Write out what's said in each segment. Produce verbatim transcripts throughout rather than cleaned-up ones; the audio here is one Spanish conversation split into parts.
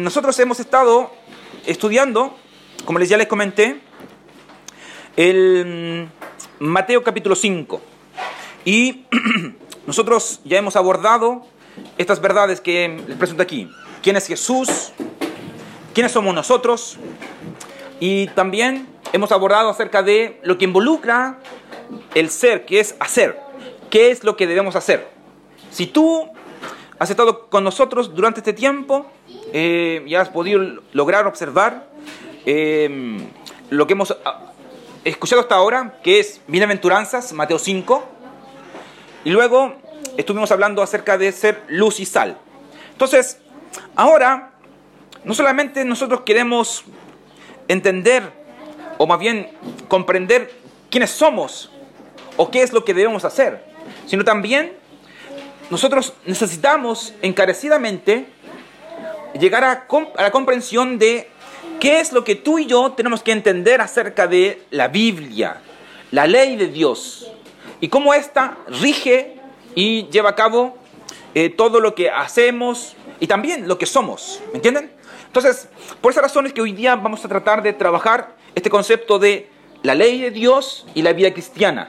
nosotros hemos estado estudiando, como les ya les comenté, el Mateo capítulo cinco. Y nosotros ya hemos abordado estas verdades que les presento aquí. ¿Quién es Jesús? ¿Quiénes somos nosotros? Y también hemos abordado acerca de lo que involucra el ser, que es hacer. ¿Qué es lo que debemos hacer? Si tú has estado con nosotros durante este tiempo, eh, ya has podido lograr observar eh, lo que hemos escuchado hasta ahora, que es bienaventuranzas, Mateo cinco. Y luego estuvimos hablando acerca de ser luz y sal. Entonces, ahora, no solamente nosotros queremos entender, o más bien comprender quiénes somos, o qué es lo que debemos hacer, sino también nosotros necesitamos encarecidamente llegar a, a la comprensión de qué es lo que tú y yo tenemos que entender acerca de la Biblia, la ley de Dios, y cómo ésta rige y lleva a cabo eh, todo lo que hacemos y también lo que somos, ¿me entienden? Entonces, por esa razón es que hoy día vamos a tratar de trabajar este concepto de la ley de Dios y la vida cristiana.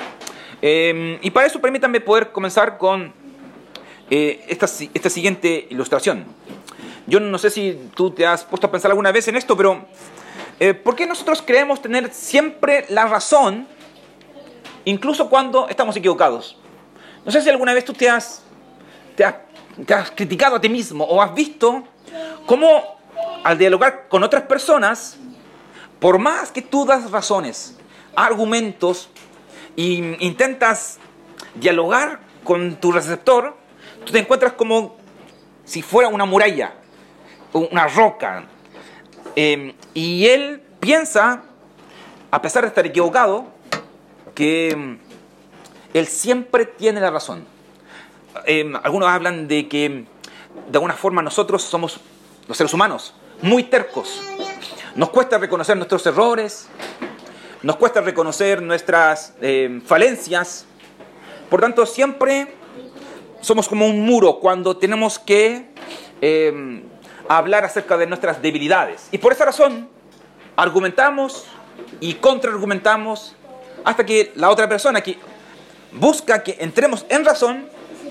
Eh, y para eso permítanme poder comenzar con eh, esta, esta siguiente ilustración. Yo no sé si tú te has puesto a pensar alguna vez en esto, pero eh, ¿por qué nosotros creemos tener siempre la razón, incluso cuando estamos equivocados? No sé si alguna vez tú te has, te has, te has criticado a ti mismo o has visto cómo al dialogar con otras personas, por más que tú das razones, argumentos, e intentas dialogar con tu receptor, tú te encuentras como si fuera una muralla, una roca. Eh, y él piensa, a pesar de estar equivocado, que él siempre tiene la razón. Eh, algunos hablan de que de alguna forma nosotros somos, los seres humanos, muy tercos. Nos cuesta reconocer nuestros errores, nos cuesta reconocer nuestras eh, falencias. Por tanto, siempre somos como un muro cuando tenemos que eh, hablar acerca de nuestras debilidades. Y por esa razón, argumentamos y contraargumentamos hasta que la otra persona que busca que entremos en razón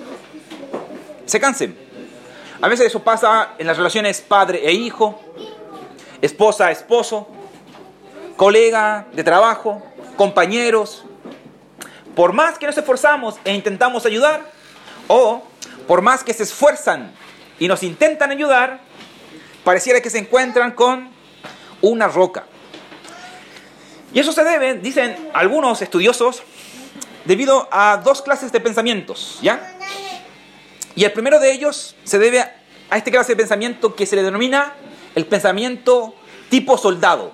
se canse. A veces eso pasa en las relaciones padre e hijo, esposa, esposo, colega de trabajo, compañeros. Por más que nos esforzamos e intentamos ayudar, o por más que se esfuerzan y nos intentan ayudar, pareciera que se encuentran con una roca. Y eso se debe, dicen algunos estudiosos, debido a dos clases de pensamientos, ¿ya? Y el primero de ellos se debe a esta clase de pensamiento que se le denomina el pensamiento tipo soldado,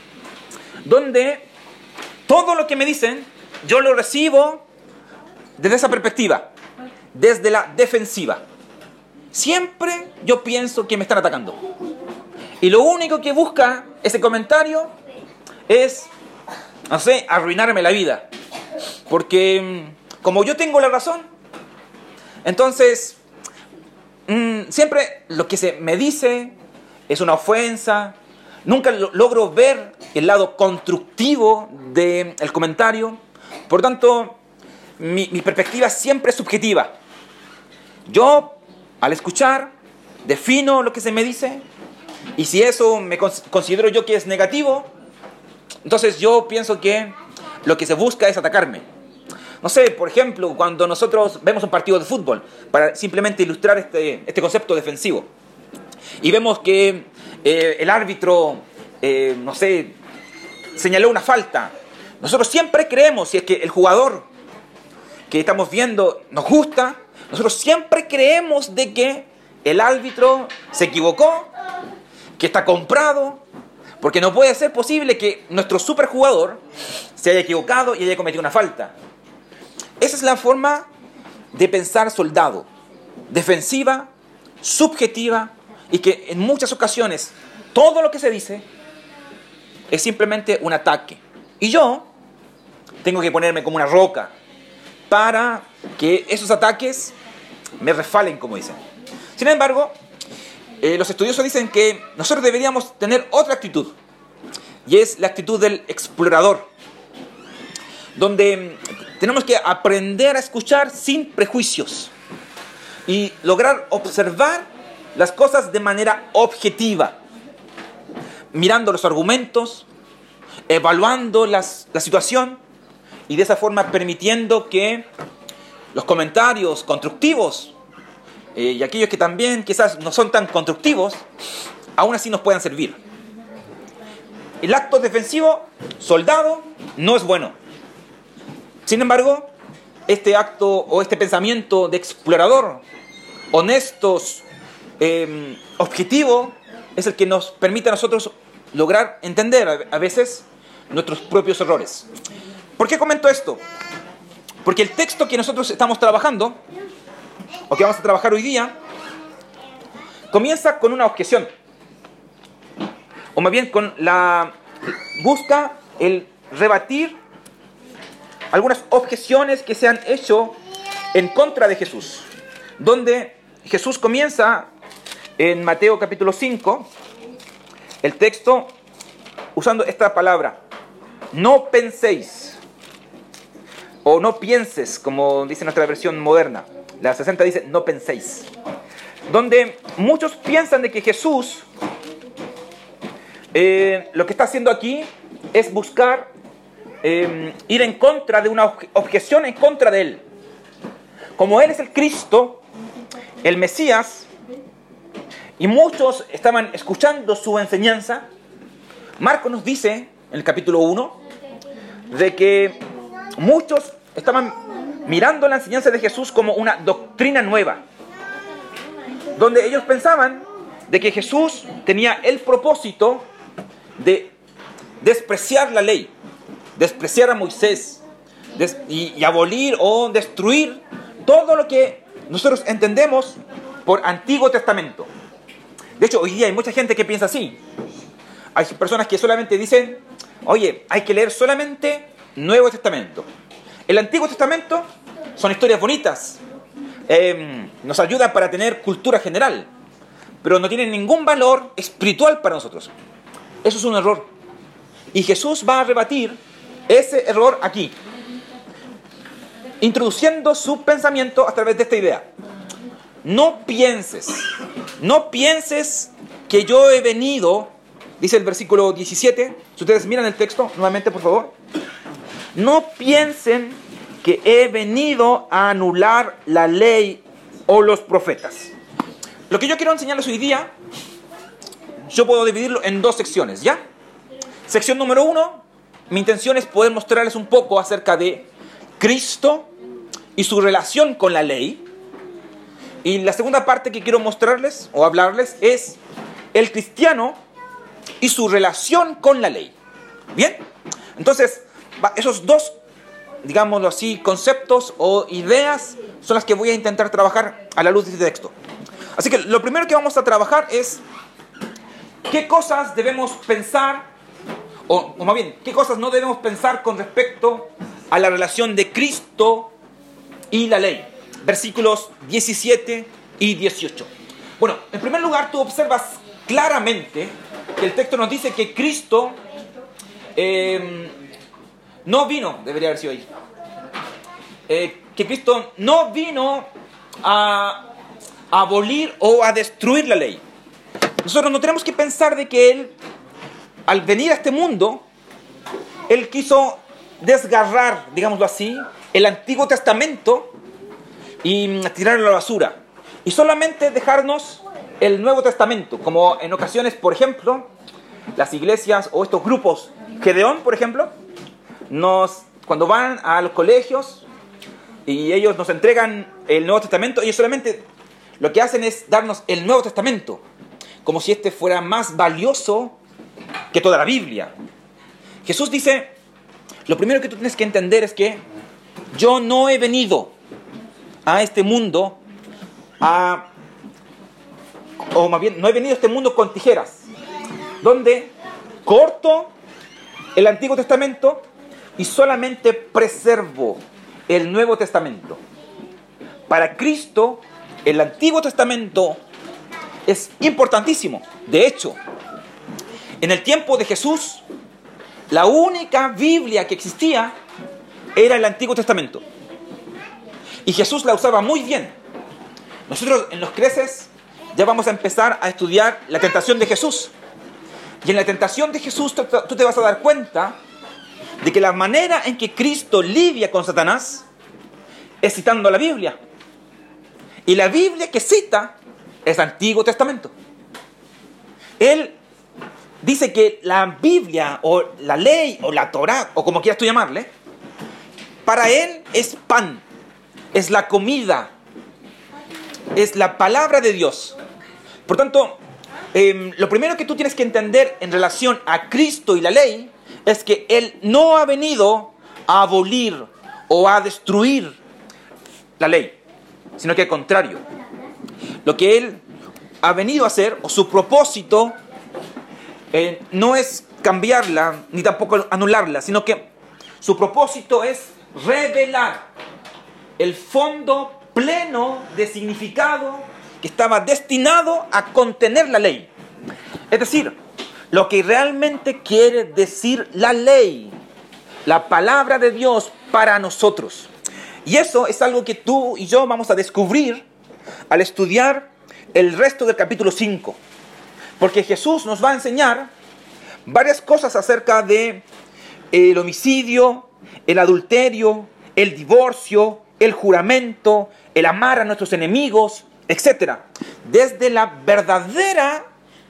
donde todo lo que me dicen yo lo recibo desde esa perspectiva, desde la defensiva. Siempre yo pienso que me están atacando, y lo único que busca ese comentario es, no sé, arruinarme la vida, porque como yo tengo la razón, entonces mmm, siempre lo que se me dice es una ofensa. Nunca lo, logro ver el lado constructivo del comentario. Por tanto, mi, mi perspectiva siempre es subjetiva. Yo, al escuchar, defino lo que se me dice, y si eso me cons- considero yo que es negativo, entonces yo pienso que lo que se busca es atacarme. No sé, por ejemplo, cuando nosotros vemos un partido de fútbol, para simplemente ilustrar este, este concepto defensivo, y vemos que eh, el árbitro, eh, no sé, señaló una falta, nosotros siempre creemos, si es que el jugador que estamos viendo nos gusta, nosotros siempre creemos de que el árbitro se equivocó, que está comprado, porque no puede ser posible que nuestro superjugador se haya equivocado y haya cometido una falta. Esa es la forma de pensar soldado, defensiva, subjetiva, y que en muchas ocasiones todo lo que se dice es simplemente un ataque. Y yo tengo que ponerme como una roca para que esos ataques me resfalen, como dicen. Sin embargo, eh, los estudiosos dicen que nosotros deberíamos tener otra actitud, y es la actitud del explorador, donde tenemos que aprender a escuchar sin prejuicios y lograr observar las cosas de manera objetiva, mirando los argumentos, evaluando las, la situación, y de esa forma permitiendo que los comentarios constructivos eh, y aquellos que también quizás no son tan constructivos, aún así nos puedan servir. El acto defensivo, soldado, no es bueno. Sin embargo, este acto o este pensamiento de explorador, honestos, eh, objetivo, es el que nos permite a nosotros lograr entender a veces nuestros propios errores. ¿Por qué comento esto? Porque el texto que nosotros estamos trabajando, o que vamos a trabajar hoy día, comienza con una objeción, o más bien con la busca el rebatir algunas objeciones que se han hecho en contra de Jesús, donde Jesús comienza en Mateo capítulo cinco, el texto usando esta palabra: no penséis, o no pienses, como dice nuestra versión moderna. La sesenta dice no penséis, donde muchos piensan de que Jesús eh, lo que está haciendo aquí es buscar eh, ir en contra de una objeción en contra de él. Como él es el Cristo, el Mesías, y muchos estaban escuchando su enseñanza, Marcos nos dice en el capítulo uno de que muchos estaban mirando la enseñanza de Jesús como una doctrina nueva, donde ellos pensaban de que Jesús tenía el propósito de despreciar la ley, despreciar a Moisés des- y, y abolir o destruir todo lo que nosotros entendemos por Antiguo Testamento. De hecho, hoy día hay mucha gente que piensa así. Hay personas que solamente dicen: oye, hay que leer solamente Nuevo Testamento. El Antiguo Testamento son historias bonitas, eh, nos ayudan para tener cultura general, pero no tienen ningún valor espiritual para nosotros. Eso es un error. Y Jesús va a rebatir ese error aquí, introduciendo su pensamiento a través de esta idea. No pienses, no pienses que yo he venido, dice el versículo diecisiete, si ustedes miran el texto, nuevamente por favor. No piensen que he venido a anular la ley o los profetas. Lo que yo quiero enseñarles hoy día, yo puedo dividirlo en dos secciones, ¿ya? Sección número uno, mi intención es poder mostrarles un poco acerca de Cristo y su relación con la ley. Y la segunda parte que quiero mostrarles o hablarles es el cristiano y su relación con la ley. ¿Bien? Entonces, esos dos, digámoslo así, conceptos o ideas son las que voy a intentar trabajar a la luz de este texto. Así que lo primero que vamos a trabajar es qué cosas debemos pensar, o, o más bien, qué cosas no debemos pensar con respecto a la relación de Cristo y la ley. Versículos diecisiete y dieciocho. Bueno, en primer lugar, tú observas claramente que el texto nos dice que Cristo eh, no vino, debería haber sido ahí, eh, que Cristo no vino a, a abolir o a destruir la ley. Nosotros no tenemos que pensar de que Él, al venir a este mundo, Él quiso desgarrar, digámoslo así, el Antiguo Testamento y tirarlo a la basura, y solamente dejarnos el Nuevo Testamento, como en ocasiones, por ejemplo, las iglesias o estos grupos, Gedeón, por ejemplo, nos, cuando van a los colegios y ellos nos entregan el Nuevo Testamento, ellos solamente lo que hacen es darnos el Nuevo Testamento, como si este fuera más valioso que toda la Biblia. Jesús dice, lo primero que tú tienes que entender es que yo no he venido a este mundo a, o más bien, no he venido a este mundo con tijeras, donde corto el Antiguo Testamento y solamente preservo el Nuevo Testamento. Para Cristo, el Antiguo Testamento es importantísimo. De hecho, en el tiempo de Jesús, la única Biblia que existía era el Antiguo Testamento. Y Jesús la usaba muy bien. Nosotros en los creces ya vamos a empezar a estudiar la tentación de Jesús. Y en la tentación de Jesús tú, tú te vas a dar cuenta de que la manera en que Cristo lidia con Satanás es citando la Biblia. Y la Biblia que cita es el Antiguo Testamento. Él dice que la Biblia o la ley o la Torá o como quieras tú llamarle, para él es pan, es la comida, es la palabra de Dios. Por tanto, eh, lo primero que tú tienes que entender en relación a Cristo y la ley es que Él no ha venido a abolir o a destruir la ley, sino que al contrario, lo que Él ha venido a hacer, o su propósito, eh, no es cambiarla, ni tampoco anularla, sino que su propósito es revelar el fondo pleno de significado que estaba destinado a contener la ley. Es decir, lo que realmente quiere decir la ley, la palabra de Dios para nosotros. Y eso es algo que tú y yo vamos a descubrir al estudiar el resto del capítulo cinco. Porque Jesús nos va a enseñar varias cosas acerca de el homicidio, el adulterio, el divorcio, el juramento, el amar a nuestros enemigos, etcétera. Desde la verdadera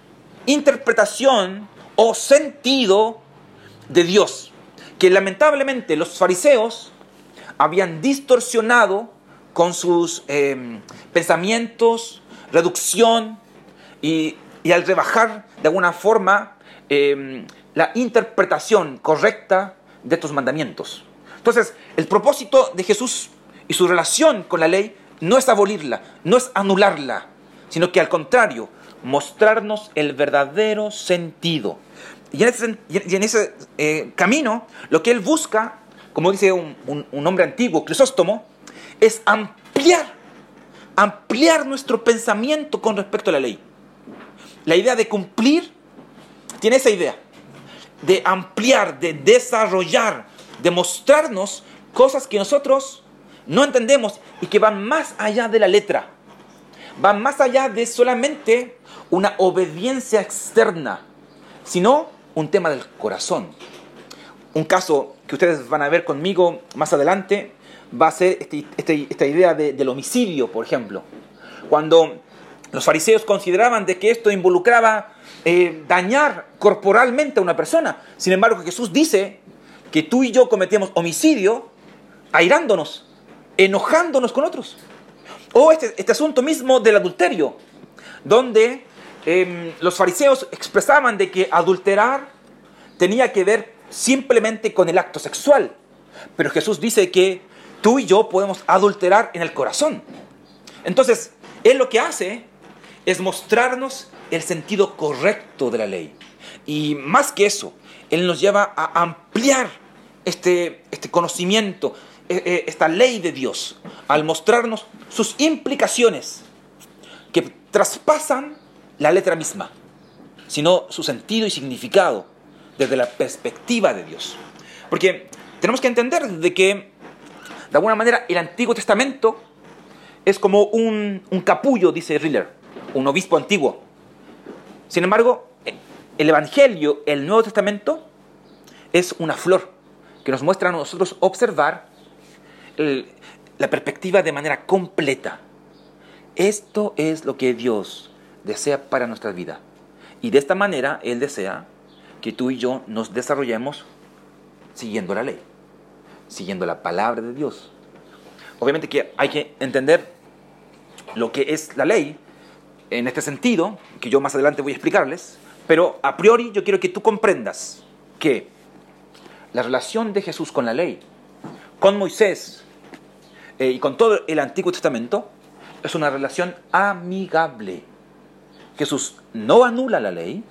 interpretación o sentido de Dios, que lamentablemente los fariseos habían distorsionado con sus eh, pensamientos, reducción y, y al rebajar de alguna forma eh, la interpretación correcta de estos mandamientos. Entonces, el propósito de Jesús y su relación con la ley no es abolirla, no es anularla, sino que al contrario, mostrarnos el verdadero sentido. Y en ese, y en ese eh, camino, lo que él busca, como dice un, un, un hombre antiguo, Crisóstomo, es ampliar, ampliar nuestro pensamiento con respecto a la ley. La idea de cumplir tiene esa idea, de ampliar, de desarrollar, de mostrarnos cosas que nosotros no entendemos y que van más allá de la letra, van más allá de solamente una obediencia externa, sino un tema del corazón. Un caso que ustedes van a ver conmigo más adelante va a ser este, este, esta idea de, del homicidio, por ejemplo. Cuando los fariseos consideraban de que esto involucraba eh, dañar corporalmente a una persona. Sin embargo, Jesús dice que tú y yo cometemos homicidio airándonos, enojándonos con otros. O este, este asunto mismo del adulterio, donde eh, los fariseos expresaban de que adulterar tenía que ver simplemente con el acto sexual. Pero Jesús dice que tú y yo podemos adulterar en el corazón. Entonces, Él lo que hace es mostrarnos el sentido correcto de la ley. Y más que eso, Él nos lleva a ampliar este, este conocimiento, esta ley de Dios, al mostrarnos sus implicaciones que traspasan la letra misma, sino su sentido y significado desde la perspectiva de Dios. Porque tenemos que entender de que, de alguna manera, el Antiguo Testamento es como un, un capullo, dice Riller, un obispo antiguo. Sin embargo, el Evangelio, el Nuevo Testamento, es una flor que nos muestra a nosotros observar el, la perspectiva de manera completa. Esto es lo que Dios desea para nuestra vida. Y de esta manera Él desea que tú y yo nos desarrollemos siguiendo la ley, siguiendo la palabra de Dios. Obviamente que hay que entender lo que es la ley en este sentido, que yo más adelante voy a explicarles, pero a priori yo quiero que tú comprendas que la relación de Jesús con la ley, con Moisés eh, y con todo el Antiguo Testamento es una relación amigable. Jesús no anula la ley,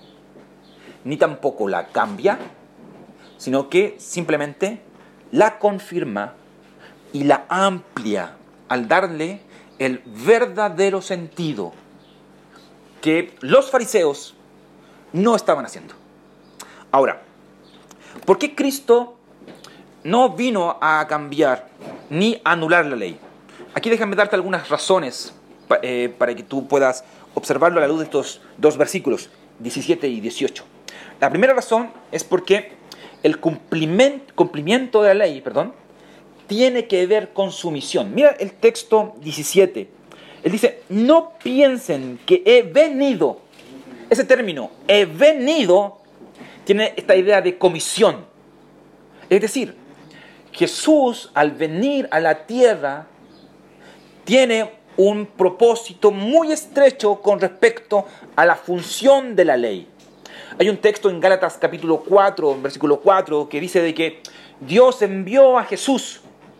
ni tampoco la cambia, sino que simplemente la confirma y la amplia al darle el verdadero sentido que los fariseos no estaban haciendo. Ahora, ¿por qué Cristo no vino a cambiar ni a anular la ley? Aquí déjame darte algunas razones pa, eh, para que tú puedas observarlo a la luz de estos dos versículos, diecisiete y dieciocho. La primera razón es porque el cumplimiento, cumplimiento de la ley, perdón, tiene que ver con su misión. Mira el texto diecisiete. Él dice, no piensen que he venido. Ese término, he venido, tiene esta idea de comisión. Es decir, Jesús al venir a la tierra tiene un propósito muy estrecho con respecto a la función de la ley. Hay un texto en Gálatas capítulo cuatro, versículo cuatro, que dice de que Dios envió a Jesús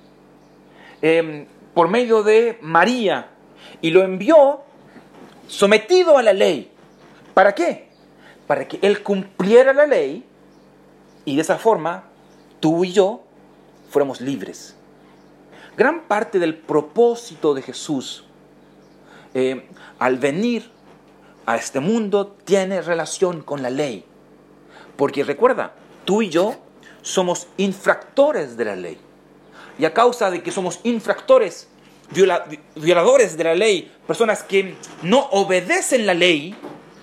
eh, por medio de María y lo envió sometido a la ley. ¿Para qué? Para que Él cumpliera la ley y de esa forma tú y yo fuéramos libres. Gran parte del propósito de Jesús eh, al venir a este mundo tiene relación con la ley. Porque recuerda, tú y yo somos infractores de la ley. Y a causa de que somos infractores, viola, violadores de la ley, personas que no obedecen la ley,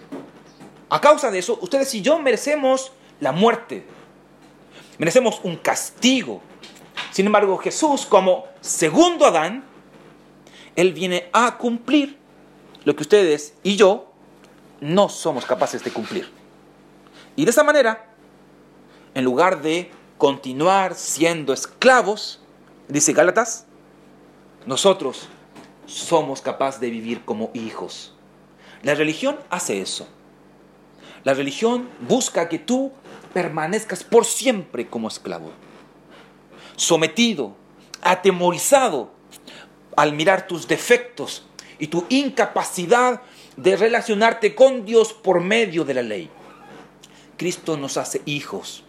a causa de eso, ustedes y yo merecemos la muerte. Merecemos un castigo. Sin embargo, Jesús, como segundo Adán, Él viene a cumplir lo que ustedes y yo no somos capaces de cumplir. Y de esa manera, en lugar de continuar siendo esclavos, dice Gálatas, nosotros somos capaces de vivir como hijos. La religión hace eso. La religión busca que tú permanezcas por siempre como esclavo, sometido, atemorizado al mirar tus defectos y tu incapacidad de relacionarte con Dios por medio de la ley. Cristo nos hace hijos,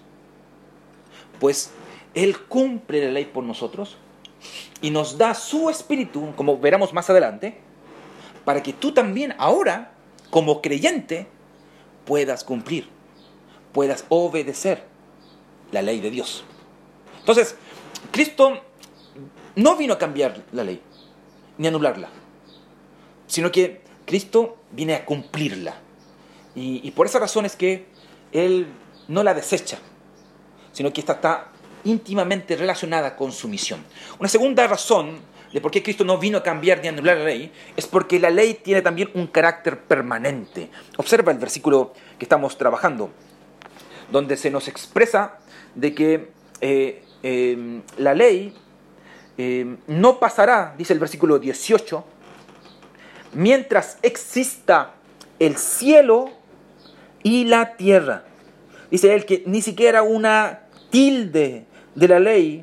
pues Él cumple la ley por nosotros y nos da su espíritu, como veremos más adelante, para que tú también ahora, como creyente, puedas cumplir, puedas obedecer la ley de Dios. Entonces, Cristo no vino a cambiar la ley, ni a anularla, sino que Cristo viene a cumplirla. Y, y por esa razón es que Él no la desecha, sino que esta está íntimamente relacionada con su misión. Una segunda razón de por qué Cristo no vino a cambiar ni a anular la ley es porque la ley tiene también un carácter permanente. Observa el versículo que estamos trabajando, donde se nos expresa de que eh, eh, la ley eh, no pasará, dice el versículo dieciocho, mientras exista el cielo y la tierra. Dice él que ni siquiera una tilde de la ley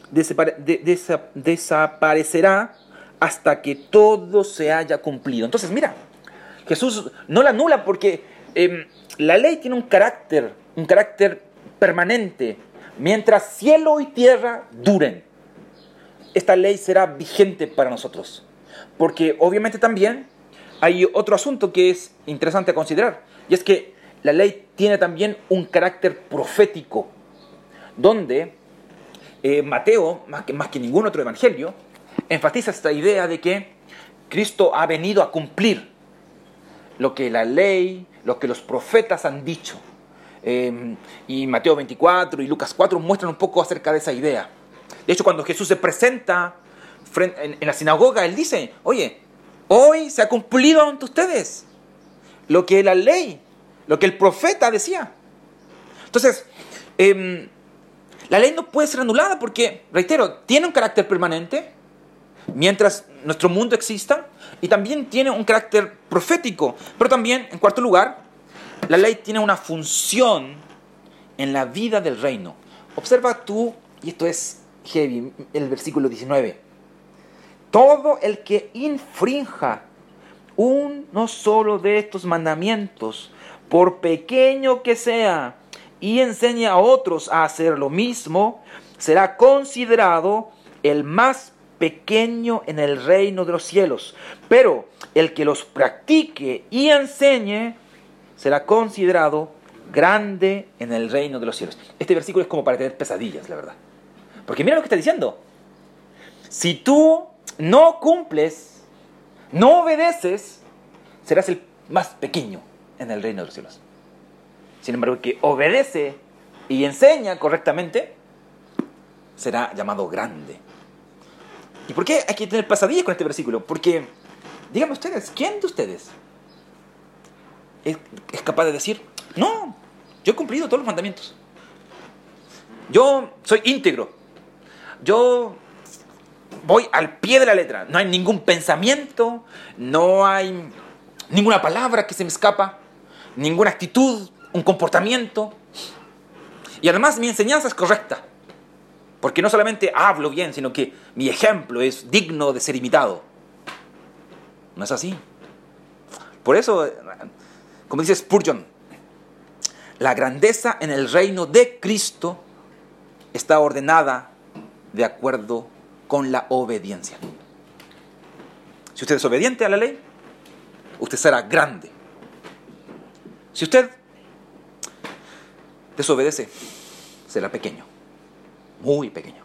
desaparecerá hasta que todo se haya cumplido. Entonces, mira, Jesús no la anula porque eh, la ley tiene un carácter, un carácter permanente. Mientras cielo y tierra duren, esta ley será vigente para nosotros. Porque obviamente también hay otro asunto que es interesante a considerar, y es que la ley tiene también un carácter profético, donde eh, Mateo, más que, más que ningún otro evangelio, enfatiza esta idea de que Cristo ha venido a cumplir lo que la ley, lo que los profetas han dicho. Eh, y Mateo veinticuatro y Lucas cuatro muestran un poco acerca de esa idea. De hecho, cuando Jesús se presenta en, en la sinagoga, Él dice, oye, hoy se ha cumplido ante ustedes lo que la ley, lo que el profeta decía. Entonces, eh, la ley no puede ser anulada porque, reitero, tiene un carácter permanente mientras nuestro mundo exista y también tiene un carácter profético. Pero también, en cuarto lugar, la ley tiene una función en la vida del reino. Observa tú, y esto es heavy, el versículo diecinueve. Todo el que infrinja uno solo de estos mandamientos, por pequeño que sea, y enseñe a otros a hacer lo mismo, será considerado el más pequeño en el reino de los cielos, pero el que los practique y enseñe será considerado grande en el reino de los cielos. Este versículo es como para tener pesadillas, la verdad. Porque mira lo que está diciendo. Si tú no cumples, no obedeces, serás el más pequeño en el reino de los cielos. Sin embargo, el que obedece y enseña correctamente, será llamado grande. ¿Y por qué hay que tener pesadillas con este versículo? Porque, díganme ustedes, ¿quién de ustedes es, es capaz de decir, no, yo he cumplido todos los mandamientos, yo soy íntegro, yo voy al pie de la letra, no hay ningún pensamiento, no hay ninguna palabra que se me escapa, ninguna actitud, un comportamiento, y además mi enseñanza es correcta, porque no solamente hablo bien, sino que mi ejemplo es digno de ser imitado? No es así. Por eso, como dice Spurgeon, la grandeza en el reino de Cristo está ordenada de acuerdo con la obediencia. Si usted es obediente a la ley, usted será grande. Si usted desobedece, será pequeño, muy pequeño.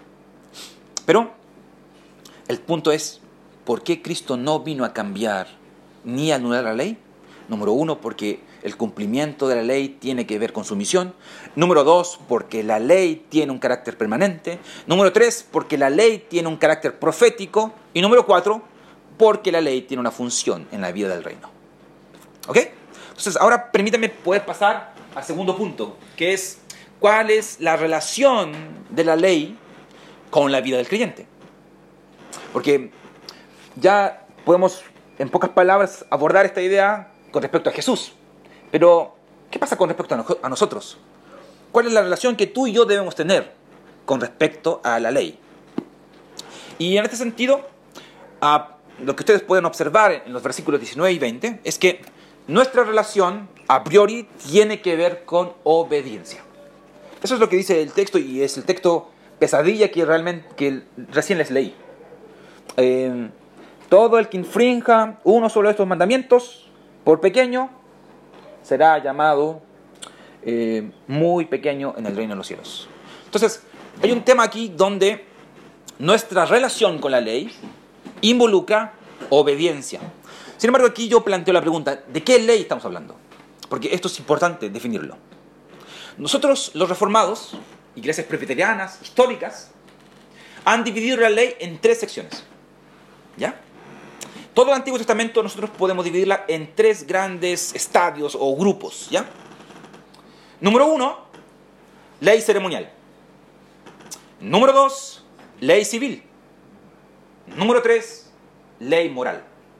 Pero el punto es, ¿por qué Cristo no vino a cambiar ni a anular la ley? Número uno, porque el cumplimiento de la ley tiene que ver con su misión. Número dos, porque la ley tiene un carácter permanente. Número tres, porque la ley tiene un carácter profético. Y número cuatro, porque la ley tiene una función en la vida del reino. ¿Ok? Entonces, ahora permítanme poder pasar al segundo punto, que es cuál es la relación de la ley con la vida del creyente. Porque ya podemos, en pocas palabras, abordar esta idea con respecto a Jesús. Pero, ¿qué pasa con respecto a, no- a nosotros? ¿Cuál es la relación que tú y yo debemos tener con respecto a la ley? Y en este sentido, ah, lo que ustedes pueden observar en los versículos diecinueve y veinte es que nuestra relación, a priori, tiene que ver con obediencia. Eso es lo que dice el texto, y es el texto pesadilla que, realmente, que recién les leí. Eh, todo el que infrinja uno solo de estos mandamientos, por pequeño, será llamado eh, muy pequeño en el reino de los cielos. Entonces, hay un tema aquí donde nuestra relación con la ley involucra obediencia. Sin embargo, aquí yo planteo la pregunta, ¿de qué ley estamos hablando? Porque esto es importante definirlo. Nosotros, los reformados, iglesias presbiterianas, históricas, han dividido la ley en tres secciones. ¿Ya? Todo el Antiguo Testamento nosotros podemos dividirla en tres grandes estadios o grupos, ¿ya? Número uno, ley ceremonial. Número dos, ley civil. Número tres, ley moral.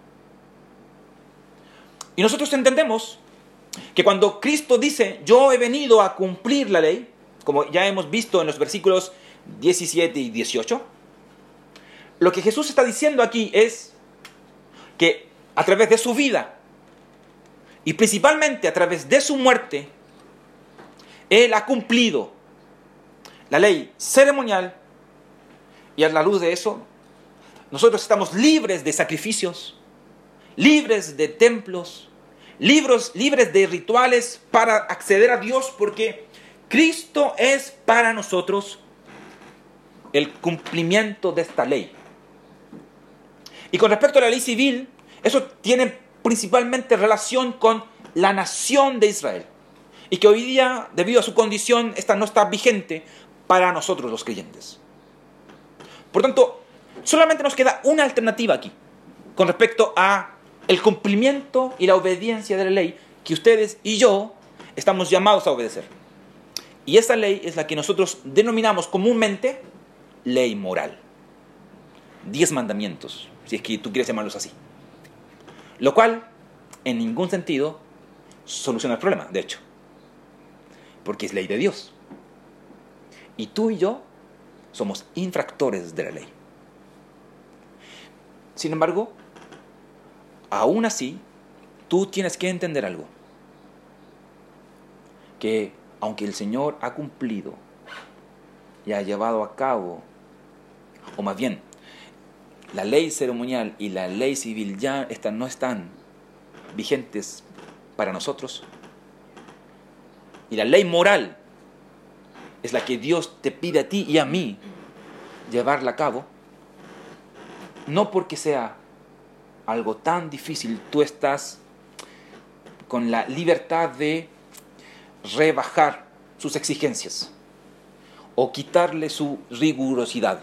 Y nosotros entendemos que cuando Cristo dice, yo he venido a cumplir la ley, como ya hemos visto en los versículos diecisiete y dieciocho, lo que Jesús está diciendo aquí es que a través de su vida y principalmente a través de su muerte, Él ha cumplido la ley ceremonial, y a la luz de eso, nosotros estamos libres de sacrificios, libres de templos, libres, libres de rituales para acceder a Dios, porque Cristo es para nosotros el cumplimiento de esta ley. Y con respecto a la ley civil, eso tiene principalmente relación con la nación de Israel. Y que hoy día, debido a su condición, esta no está vigente para nosotros los creyentes. Por tanto, solamente nos queda una alternativa aquí, con respecto a el cumplimiento y la obediencia de la ley que ustedes y yo estamos llamados a obedecer. Y esa ley es la que nosotros denominamos comúnmente ley moral. Diez mandamientos, si es que tú quieres llamarlos así. Lo cual, en ningún sentido, soluciona el problema, de hecho. Porque es ley de Dios. Y tú y yo somos infractores de la ley. Sin embargo, aún así, tú tienes que entender algo. Que aunque el Señor ha cumplido y ha llevado a cabo, o más bien, la ley ceremonial y la ley civil ya están, no están vigentes para nosotros. Y la ley moral es la que Dios te pide a ti y a mí llevarla a cabo. No porque sea algo tan difícil, tú estás con la libertad de rebajar sus exigencias o quitarle su rigurosidad.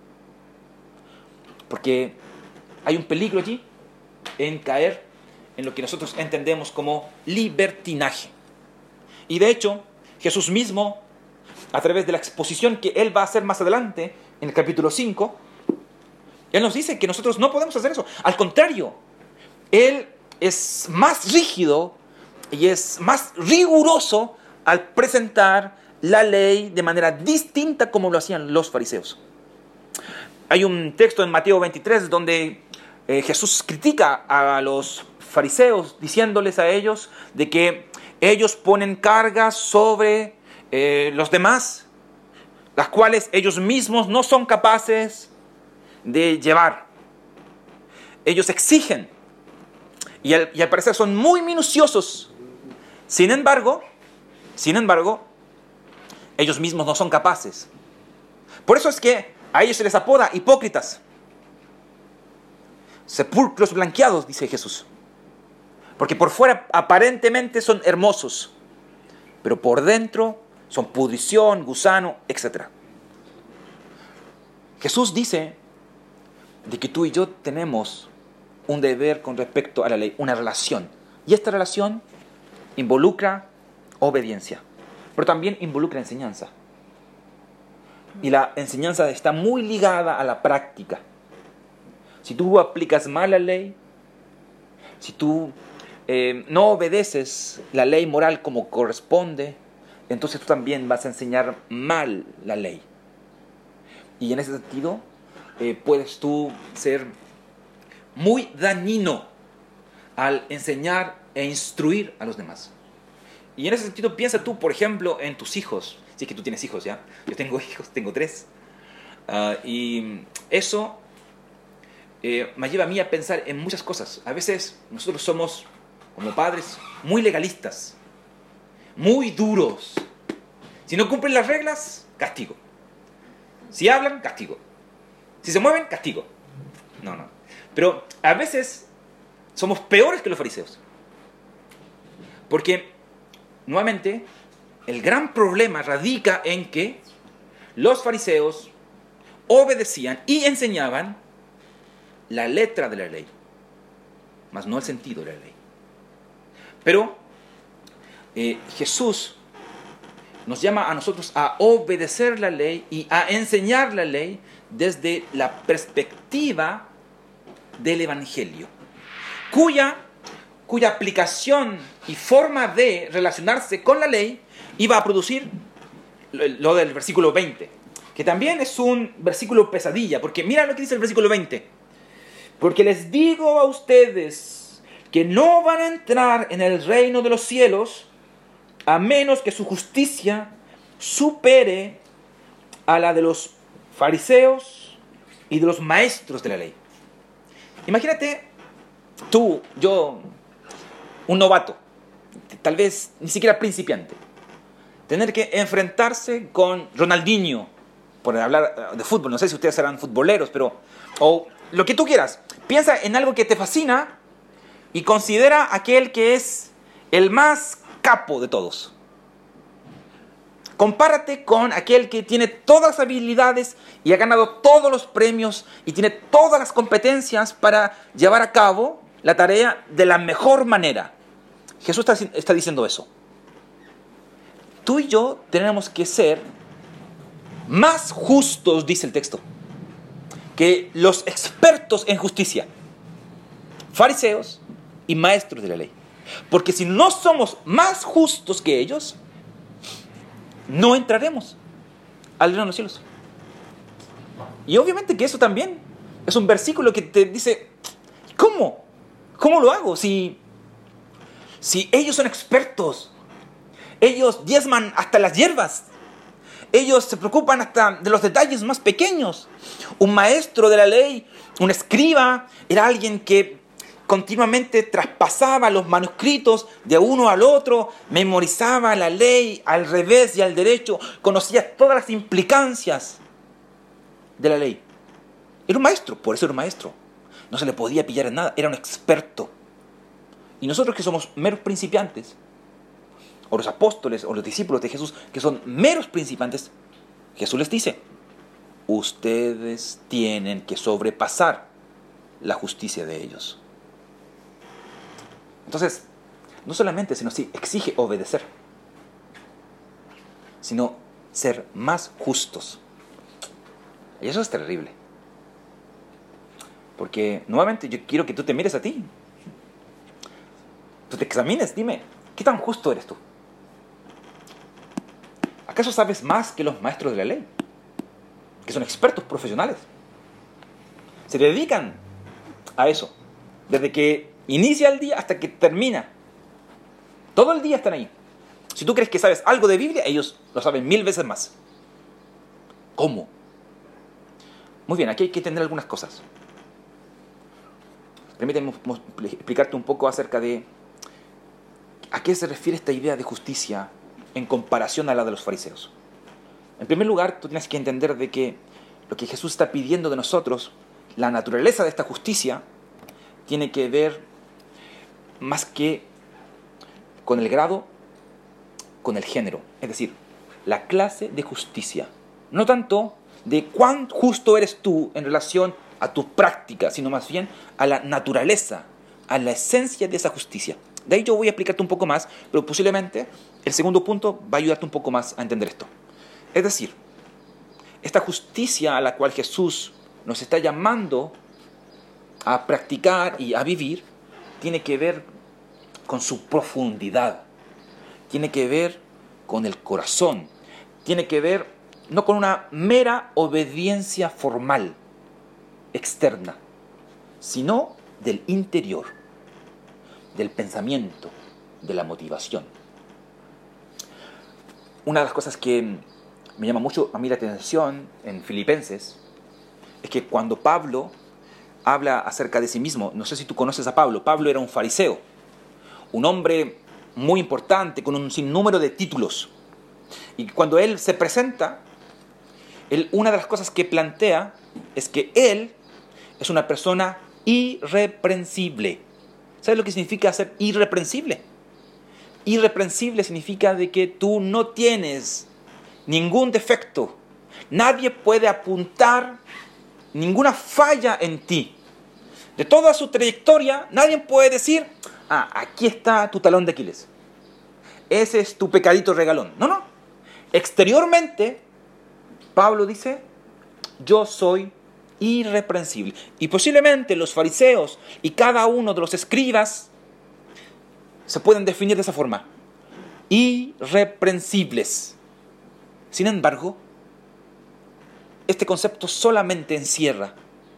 Porque hay un peligro allí en caer en lo que nosotros entendemos como libertinaje. Y de hecho, Jesús mismo, a través de la exposición que Él va a hacer más adelante, en el capítulo cinco, Él nos dice que nosotros no podemos hacer eso. Al contrario, Él es más rígido y es más riguroso al presentar la ley de manera distinta como lo hacían los fariseos. Hay un texto en Mateo veintitrés donde eh, Jesús critica a los fariseos diciéndoles a ellos de que ellos ponen cargas sobre eh, los demás, las cuales ellos mismos no son capaces de llevar. Ellos exigen y al, y al parecer son muy minuciosos. Sin embargo, sin embargo, ellos mismos no son capaces. Por eso es que a ellos se les apoda hipócritas. Sepulcros blanqueados, dice Jesús. Porque por fuera aparentemente son hermosos, pero por dentro son pudrición, gusano, etcétera. Jesús dice de que tú y yo tenemos un deber con respecto a la ley, una relación. Y esta relación involucra obediencia, pero también involucra enseñanza. Y la enseñanza está muy ligada a la práctica. Si tú aplicas mal la ley, si tú eh, no obedeces la ley moral como corresponde, entonces tú también vas a enseñar mal la ley. Y en ese sentido, eh, puedes tú ser muy dañino al enseñar e instruir a los demás. Y en ese sentido, piensa tú, por ejemplo, en tus hijos. Si es que tú tienes hijos, ¿ya? Yo tengo hijos, tengo tres. Uh, y eso eh, me lleva a mí a pensar en muchas cosas. A veces nosotros somos, como padres, muy legalistas, muy duros. Si no cumplen las reglas, castigo. Si hablan, castigo. Si se mueven, castigo. No, no. Pero a veces somos peores que los fariseos. Porque, nuevamente, el gran problema radica en que los fariseos obedecían y enseñaban la letra de la ley, mas no el sentido de la ley. Pero eh, Jesús nos llama a nosotros a obedecer la ley y a enseñar la ley desde la perspectiva del Evangelio, cuya, cuya aplicación y forma de relacionarse con la ley iba a producir lo del versículo veinte, que también es un versículo pesadilla, porque mira lo que dice el versículo veinte. Porque les digo a ustedes que no van a entrar en el reino de los cielos a menos que su justicia supere a la de los fariseos y de los maestros de la ley. Imagínate tú, yo, un novato, tal vez ni siquiera principiante, tener que enfrentarse con Ronaldinho, por hablar de fútbol. No sé si ustedes serán futboleros, pero o lo que tú quieras. Piensa en algo que te fascina y considera aquel que es el más capo de todos. Compárate con aquel que tiene todas las habilidades y ha ganado todos los premios y tiene todas las competencias para llevar a cabo la tarea de la mejor manera. Jesús está, está diciendo eso. Tú y yo tenemos que ser más justos, dice el texto, que los expertos en justicia, fariseos y maestros de la ley. Porque si no somos más justos que ellos, no entraremos al reino de los cielos. Y obviamente que eso también es un versículo que te dice, ¿cómo? ¿Cómo lo hago? Si, si ellos son expertos, ellos diezman hasta las hierbas, ellos se preocupan hasta de los detalles más pequeños. Un maestro de la ley Un escriba era alguien que continuamente traspasaba los manuscritos de uno al otro, memorizaba la ley al revés y al derecho, conocía todas las implicancias de la ley. Era un maestro, por eso era un maestro. No se le podía pillar en nada, era un experto. Y nosotros que somos meros principiantes, o los apóstoles o los discípulos de Jesús que son meros principiantes, Jesús les dice, ustedes tienen que sobrepasar la justicia de ellos. Entonces, no solamente se nos exige obedecer, sino ser más justos. Y eso es terrible. Porque, nuevamente, yo quiero que tú te mires a ti. Tú te examines, dime, ¿qué tan justo eres tú? ¿Acaso sabes más que los maestros de la ley? Que son expertos profesionales. Se dedican a eso. Desde que inicia el día hasta que termina. Todo el día están ahí. Si tú crees que sabes algo de Biblia, ellos lo saben mil veces más. ¿Cómo? Muy bien, aquí hay que entender algunas cosas. Permíteme explicarte un poco acerca de a qué se refiere esta idea de justicia en comparación a la de los fariseos. En primer lugar, tú tienes que entender de que lo que Jesús está pidiendo de nosotros, la naturaleza de esta justicia, tiene que ver más que con el grado, con el género. Es decir, la clase de justicia. No tanto de cuán justo eres tú en relación a tu práctica, sino más bien a la naturaleza, a la esencia de esa justicia. De ahí yo voy a explicarte un poco más, pero posiblemente el segundo punto va a ayudarte un poco más a entender esto. Es decir, esta justicia a la cual Jesús nos está llamando a practicar y a vivir, tiene que ver con su profundidad, tiene que ver con el corazón, tiene que ver no con una mera obediencia formal, externa, sino del interior, del pensamiento, de la motivación. Una de las cosas que me llama mucho a mí la atención en Filipenses es que cuando Pablo habla acerca de sí mismo, no sé si tú conoces a Pablo, Pablo era un fariseo, un hombre muy importante con un sinnúmero de títulos. Y cuando él se presenta, él, una de las cosas que plantea es que él es una persona irreprensible. ¿Sabes lo que significa ser irreprensible? Irreprensible significa de que tú no tienes ningún defecto. Nadie puede apuntar ninguna falla en ti. De toda su trayectoria, nadie puede decir, ah, aquí está tu talón de Aquiles. Ese es tu pecadito regalón. No, no. Exteriormente, Pablo dice, yo soy irreprensible. Y posiblemente los fariseos y cada uno de los escribas se pueden definir de esa forma. Irreprensibles. Sin embargo, este concepto solamente encierra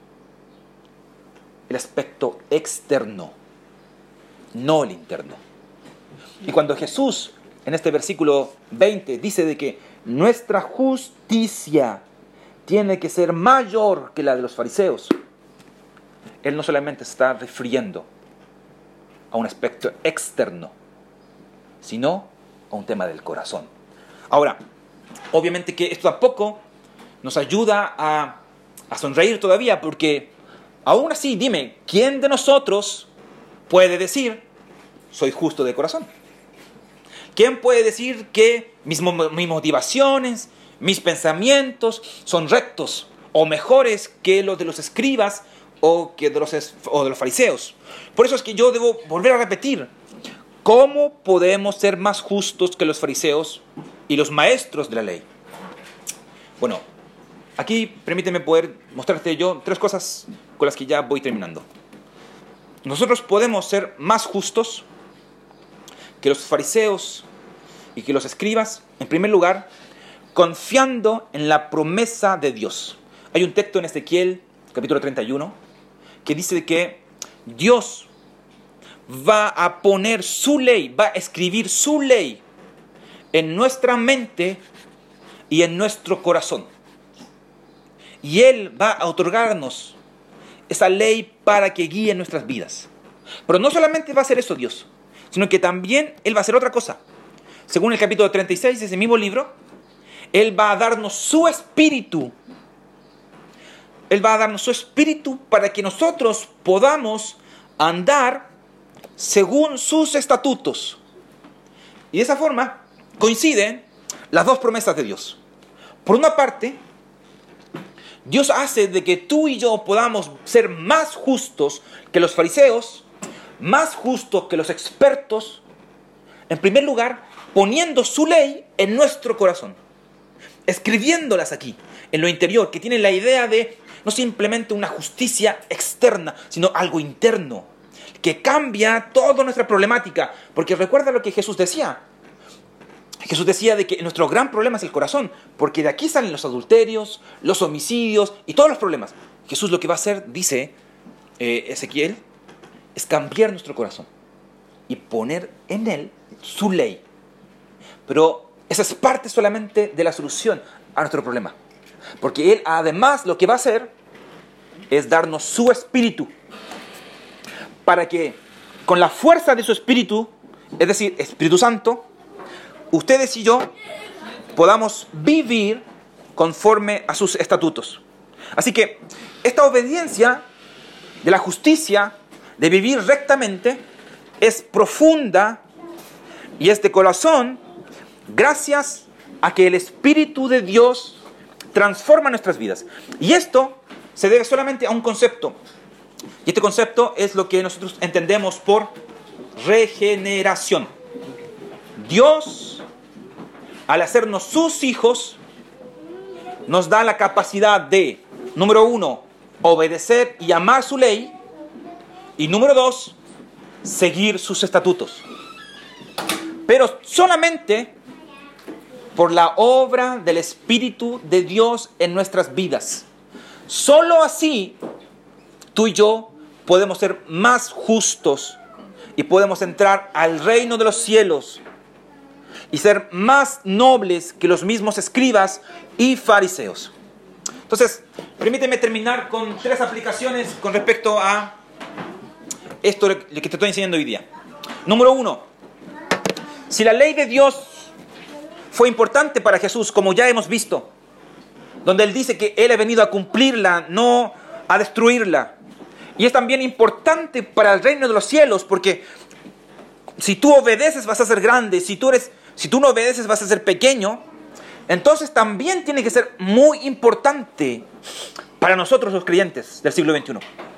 el aspecto externo, no el interno. Y cuando Jesús, en este versículo veinte, dice de que nuestra justicia tiene que ser mayor que la de los fariseos, Él no solamente se está refiriendo a un aspecto externo, sino a un tema del corazón. Ahora, obviamente que esto tampoco nos ayuda a, a sonreír todavía, porque aún así, dime, ¿quién de nosotros puede decir, soy justo de corazón? ¿Quién puede decir que mis, mis motivaciones, mis pensamientos son rectos o mejores que los de los escribas o, que de los, o de los fariseos? Por eso es que yo debo volver a repetir, ¿cómo podemos ser más justos que los fariseos y los maestros de la ley? Bueno, aquí permíteme poder mostrarte yo tres cosas con las que ya voy terminando. Nosotros podemos ser más justos que los fariseos y que los escribas, en primer lugar, confiando en la promesa de Dios. Hay un texto en Ezequiel, capítulo treinta y uno, que dice que Dios va a poner su ley, va a escribir su ley en nuestra mente y en nuestro corazón. Y Él va a otorgarnos esa ley para que guíe nuestras vidas. Pero no solamente va a hacer eso Dios, sino que también Él va a hacer otra cosa. Según el capítulo treinta y seis de ese mismo libro, Él va a darnos su espíritu. Él va a darnos su espíritu para que nosotros podamos andar según sus estatutos. Y de esa forma coinciden las dos promesas de Dios. Por una parte, Dios hace de que tú y yo podamos ser más justos que los fariseos, más justos que los expertos, en primer lugar, poniendo su ley en nuestro corazón, escribiéndolas aquí, en lo interior, que tiene la idea de no simplemente una justicia externa, sino algo interno, que cambia toda nuestra problemática. Porque recuerda lo que Jesús decía. Jesús decía de que nuestro gran problema es el corazón, porque de aquí salen los adulterios, los homicidios y todos los problemas. Jesús lo que va a hacer, dice eh, Ezequiel, es cambiar nuestro corazón y poner en él su ley. Pero esa es parte solamente de la solución a nuestro problema. Porque Él además lo que va a hacer es darnos su espíritu. Para que con la fuerza de su espíritu, es decir, Espíritu Santo, ustedes y yo podamos vivir conforme a sus estatutos. Así que esta obediencia de la justicia, de vivir rectamente, es profunda y es de corazón, gracias a que el Espíritu de Dios transforma nuestras vidas. Y esto se debe solamente a un concepto. Y este concepto es lo que nosotros entendemos por regeneración. Dios, al hacernos sus hijos, nos da la capacidad de, número uno, obedecer y amar su ley. Y número dos, seguir sus estatutos. Pero solamente por la obra del Espíritu de Dios en nuestras vidas. Solo así, tú y yo podemos ser más justos y podemos entrar al reino de los cielos y ser más nobles que los mismos escribas y fariseos. Entonces, permíteme terminar con tres aplicaciones con respecto a esto que te estoy enseñando hoy día. Número uno, si la ley de Dios fue importante para Jesús, como ya hemos visto, donde Él dice que Él ha venido a cumplirla, no a destruirla. Y es también importante para el reino de los cielos, porque si tú obedeces vas a ser grande, si tú, eres, si tú no obedeces vas a ser pequeño. Entonces también tiene que ser muy importante para nosotros los creyentes del siglo veintiuno.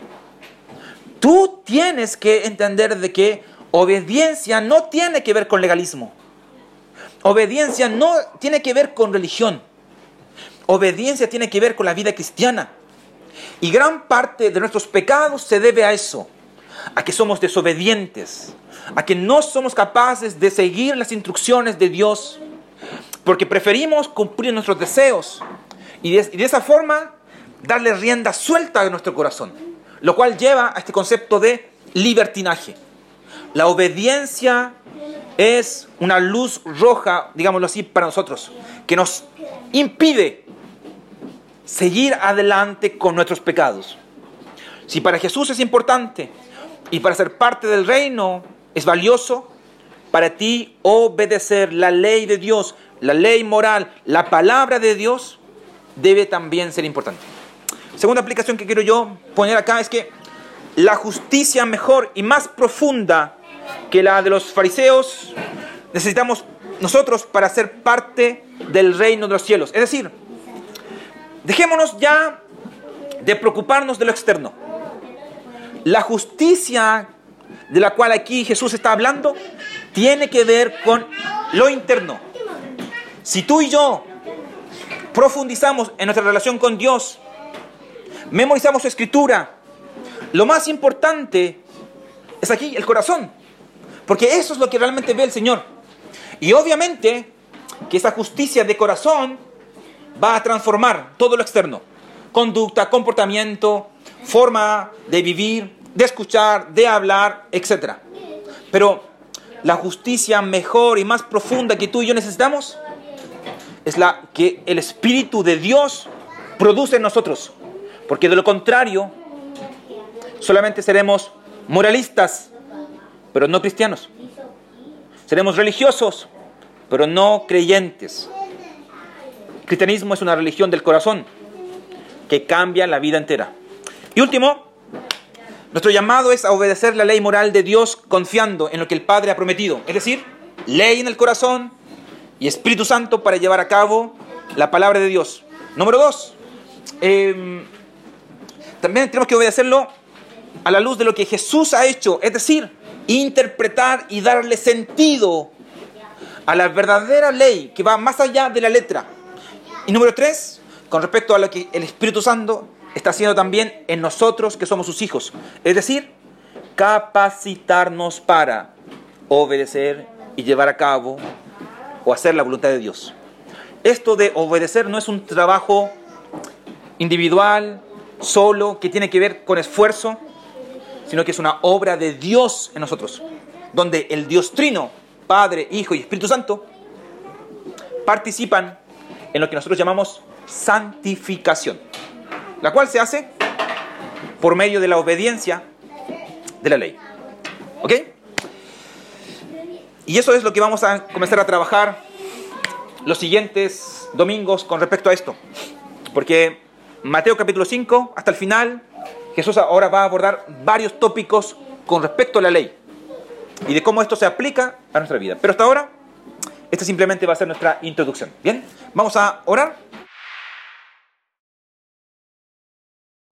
Tú tienes que entender de que obediencia no tiene que ver con legalismo. Obediencia no tiene que ver con religión. Obediencia tiene que ver con la vida cristiana. Y gran parte de nuestros pecados se debe a eso. A que somos desobedientes. A que no somos capaces de seguir las instrucciones de Dios. Porque preferimos cumplir nuestros deseos. Y de, y de esa forma darle rienda suelta a nuestro corazón. Lo cual lleva a este concepto de libertinaje. La obediencia es una luz roja, digámoslo así, para nosotros, que nos impide seguir adelante con nuestros pecados. Si para Jesús es importante y para ser parte del reino es valioso, para ti obedecer la ley de Dios, la ley moral, la palabra de Dios, debe también ser importante. Segunda aplicación que quiero yo poner acá es que la justicia mejor y más profunda que la de los fariseos necesitamos nosotros para ser parte del reino de los cielos. Es decir, dejémonos ya de preocuparnos de lo externo. La justicia de la cual aquí Jesús está hablando tiene que ver con lo interno. Si tú y yo profundizamos en nuestra relación con Dios, memorizamos su escritura, lo más importante es aquí el corazón. Porque eso es lo que realmente ve el Señor. Y obviamente que esa justicia de corazón va a transformar todo lo externo. Conducta, comportamiento, forma de vivir, de escuchar, de hablar, etcétera. Pero la justicia mejor y más profunda que tú y yo necesitamos es la que el Espíritu de Dios produce en nosotros. Porque de lo contrario, solamente seremos moralistas, pero no cristianos. Seremos religiosos, pero no creyentes. El cristianismo es una religión del corazón que cambia la vida entera. Y último, nuestro llamado es a obedecer la ley moral de Dios confiando en lo que el Padre ha prometido. Es decir, ley en el corazón y Espíritu Santo para llevar a cabo la palabra de Dios. Número dos, eh, también tenemos que obedecerlo a la luz de lo que Jesús ha hecho. Es decir, interpretar y darle sentido a la verdadera ley que va más allá de la letra. Y número tres, con respecto a lo que el Espíritu Santo está haciendo también en nosotros que somos sus hijos. Es decir, capacitarnos para obedecer y llevar a cabo o hacer la voluntad de Dios. Esto de obedecer no es un trabajo individual, solo, que tiene que ver con esfuerzo, sino que es una obra de Dios en nosotros, donde el Dios Trino, Padre, Hijo y Espíritu Santo, participan en lo que nosotros llamamos santificación, la cual se hace por medio de la obediencia de la ley. ¿Ok? Y eso es lo que vamos a comenzar a trabajar los siguientes domingos con respecto a esto. Porque Mateo capítulo cinco, hasta el final, Jesús ahora va a abordar varios tópicos con respecto a la ley y de cómo esto se aplica a nuestra vida. Pero hasta ahora, esta simplemente va a ser nuestra introducción. Bien, vamos a orar.